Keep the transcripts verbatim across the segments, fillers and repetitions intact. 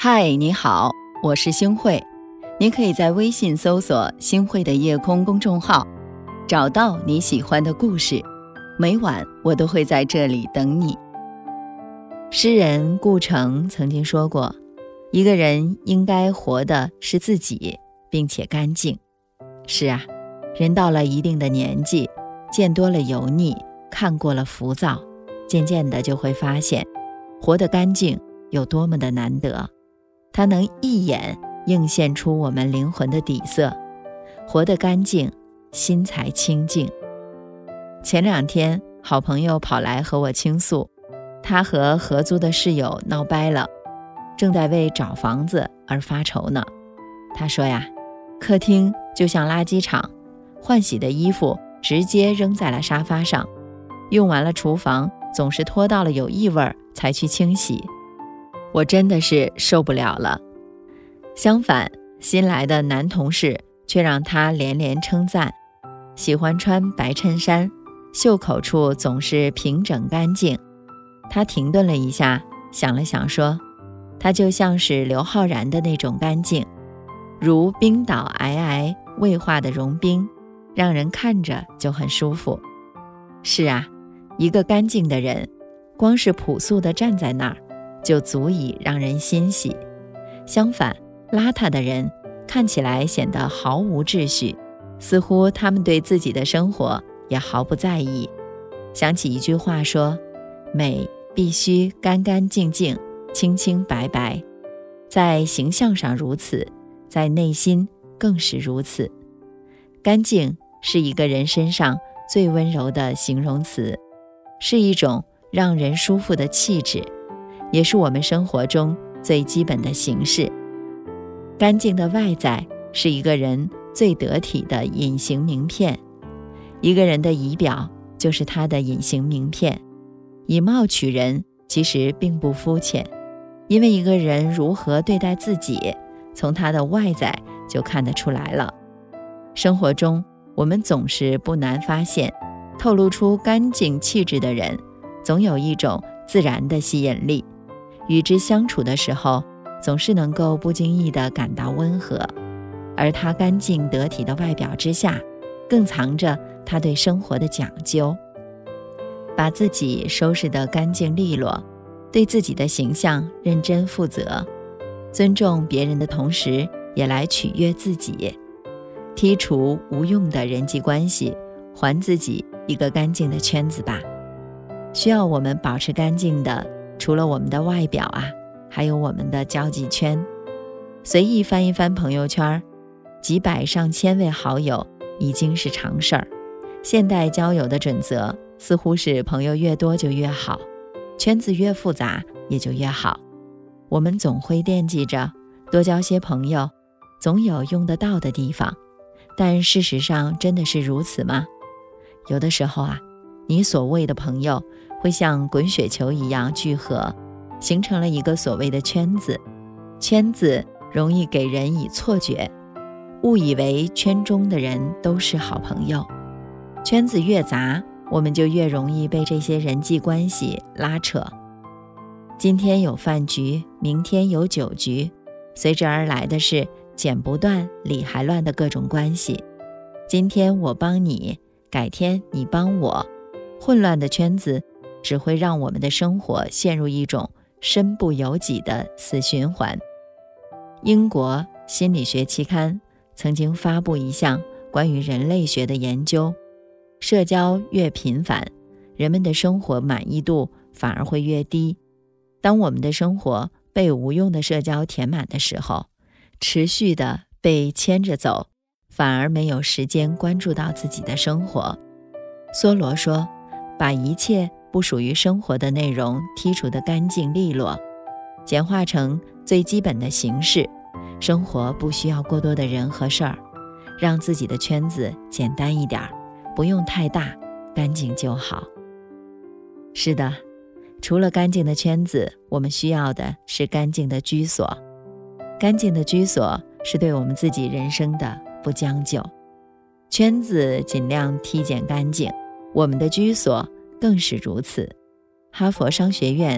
嗨，你好，我是星慧。你可以在微信搜索星慧的夜空公众号，找到你喜欢的故事。每晚我都会在这里等你。诗人顾城曾经说过，一个人应该活的是自己，并且干净。是啊，人到了一定的年纪，见多了油腻，看过了浮躁，渐渐的就会发现，活得干净有多么的难得。它能一眼映现出我们灵魂的底色，活得干净，心才清净。前两天，好朋友跑来和我倾诉，他和合租的室友闹掰了，正在为找房子而发愁呢。他说呀，客厅就像垃圾场，换洗的衣服直接扔在了沙发上，用完了厨房总是拖到了有异味才去清洗。我真的是受不了了。相反，新来的男同事却让他连连称赞，喜欢穿白衬衫，袖口处总是平整干净。他停顿了一下，想了想说，他就像是刘昊然的那种干净，如冰岛皑皑未化的融冰，让人看着就很舒服。是啊，一个干净的人，光是朴素地站在那儿，就足以让人欣喜。相反，邋遢的人看起来显得毫无秩序，似乎他们对自己的生活也毫不在意。想起一句话说，美必须干干净净，清清白白，在形象上如此，在内心更是如此。干净是一个人身上最温柔的形容词，是一种让人舒服的气质，也是我们生活中最基本的形式。干净的外在是一个人最得体的隐形名片，一个人的仪表就是他的隐形名片。以貌取人其实并不肤浅，因为一个人如何对待自己，从他的外在就看得出来了。生活中我们总是不难发现，透露出干净气质的人总有一种自然的吸引力，与之相处的时候总是能够不经意地感到温和，而他干净得体的外表之下，更藏着他对生活的讲究。把自己收拾得干净利落，对自己的形象认真负责，尊重别人的同时也来取悦自己，剔除无用的人际关系，还自己一个干净的圈子吧。需要我们保持干净的，除了我们的外表啊，还有我们的交际圈。随意翻一翻朋友圈，几百上千位好友已经是常事儿。现代交友的准则似乎是朋友越多就越好，圈子越复杂也就越好。我们总会惦记着多交些朋友，总有用得到的地方，但事实上真的是如此吗？有的时候啊，你所谓的朋友会像滚雪球一样聚合，形成了一个所谓的圈子。圈子容易给人以错觉，误以为圈中的人都是好朋友。圈子越杂，我们就越容易被这些人际关系拉扯。今天有饭局，明天有酒局，随之而来的是剪不断理还乱的各种关系。今天我帮你，改天你帮我，混乱的圈子只会让我们的生活陷入一种身不由己的死循环。英国心理学期刊曾经发布一项关于人类学的研究，社交越频繁，人们的生活满意度反而会越低。当我们的生活被无用的社交填满的时候，持续的被牵着走，反而没有时间关注到自己的生活。梭罗说，把一切不属于生活的内容剔除得干净利落，简化成最基本的形式，生活不需要过多的人和事儿，让自己的圈子简单一点，不用太大，干净就好。是的，除了干净的圈子，我们需要的是干净的居所。干净的居所是对我们自己人生的不将就。圈子尽量剔减干净，我们的居所更是如此。哈佛商学院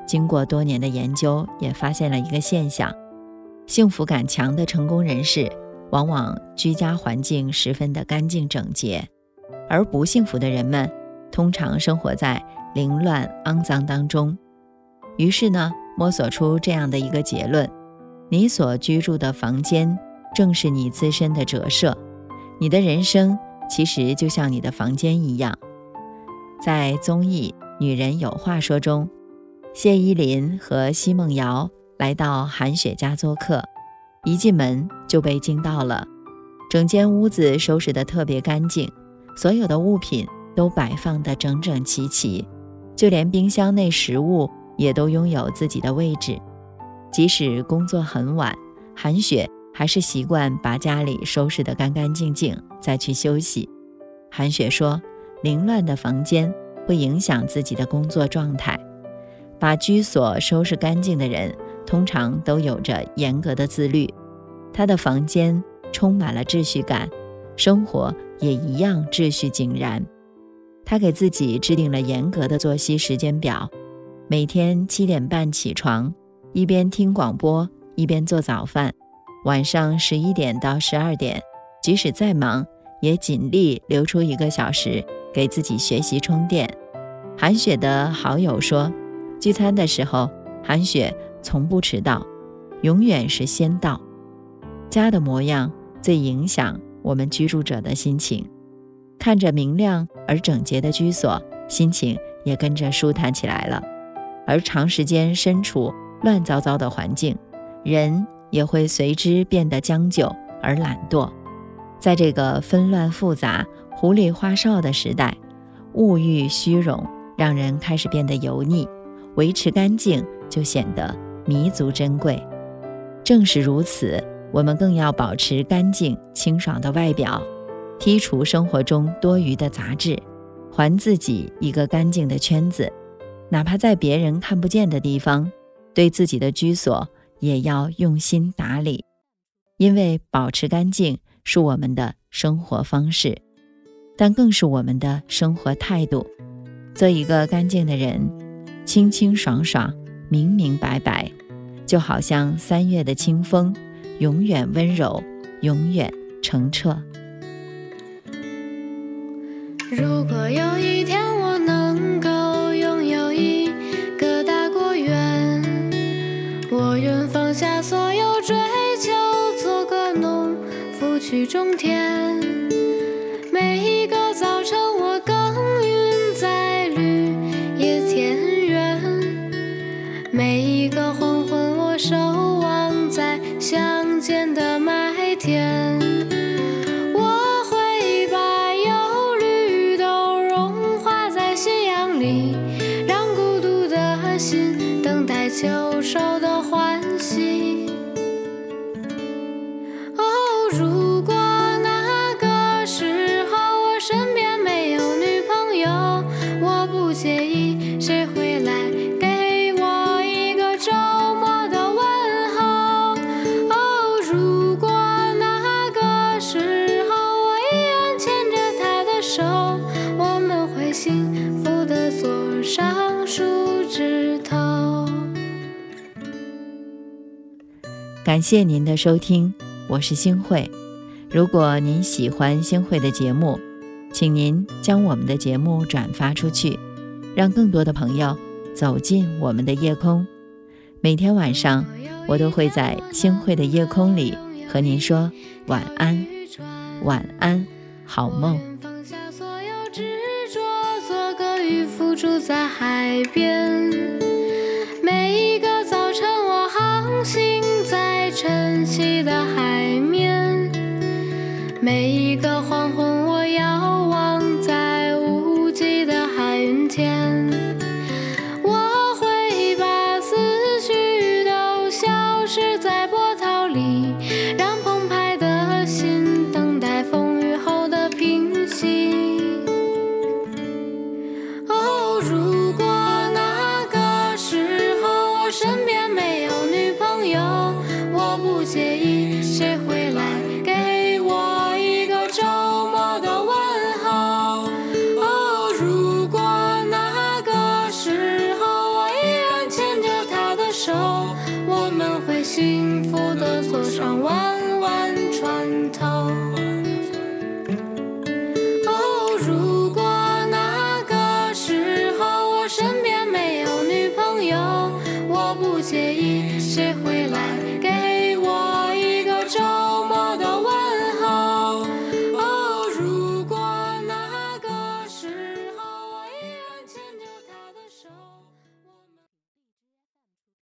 经过多年的研究，也发现了一个现象，幸福感强的成功人士往往居家环境十分的干净整洁，而不幸福的人们通常生活在凌乱肮脏当中。于是呢，摸索出这样的一个结论，你所居住的房间正是你自身的折射，你的人生其实就像你的房间一样。在综艺《女人有话说》中，谢依霖和奚梦瑶来到韩雪家做客，一进门就被惊到了。整间屋子收拾得特别干净，所有的物品都摆放得整整齐齐，就连冰箱内食物也都拥有自己的位置。即使工作很晚，韩雪还是习惯把家里收拾得干干净净再去休息。韩雪说，凌乱的房间会影响自己的工作状态，把居所收拾干净的人通常都有着严格的自律，他的房间充满了秩序感，生活也一样秩序井然。他给自己制定了严格的作息时间表，每天七点半起床，一边听广播一边做早饭，晚上十一点到十二点，即使再忙也尽力留出一个小时给自己学习充电。韩雪的好友说，聚餐的时候韩雪从不迟到，永远是先到。家的模样最影响我们居住者的心情，看着明亮而整洁的居所，心情也跟着舒坦起来了。而长时间身处乱糟糟的环境，人也会随之变得将就而懒惰。在这个纷乱复杂、糊里花哨的时代，物欲虚荣让人开始变得油腻，维持干净就显得弥足珍贵。正是如此，我们更要保持干净清爽的外表，剔除生活中多余的杂质，还自己一个干净的圈子。哪怕在别人看不见的地方，对自己的居所也要用心打理，因为保持干净是我们的生活方式，但更是我们的生活态度。做一个干净的人，清清爽爽，明明白白，就好像三月的清风，永远温柔，永远澄澈。 如果有一天我能够拥有一个大果园，我愿放下所有追求，做个农夫去种田。每一个早晨我耕耘在绿野田园，每一个黄昏我守望在乡间的麦田。我会把忧虑都融化在夕阳里，让孤独的心等待秋收的欢喜。哦，如果那个时候我身边没有女朋友，我不介意谁会来给我一个周末的问候。哦，如果那个时候我依然牵着她的手，我们会幸福地坐上树枝头。 感谢您的收听，我是星慧。如果您喜欢星慧的节目，请您将我们的节目转发出去，让更多的朋友走进我们的夜空。每天晚上，我都会在星慧的夜空里和您说晚安，晚安，好梦。 放下所有执着，做个渔夫住在海边。每一个早晨我航行在晨曦的海面，每一个黄昏我遥望在无际的海云间。我会把思绪都消失在波涛里，让澎湃的心等待风雨后的平息。哦，如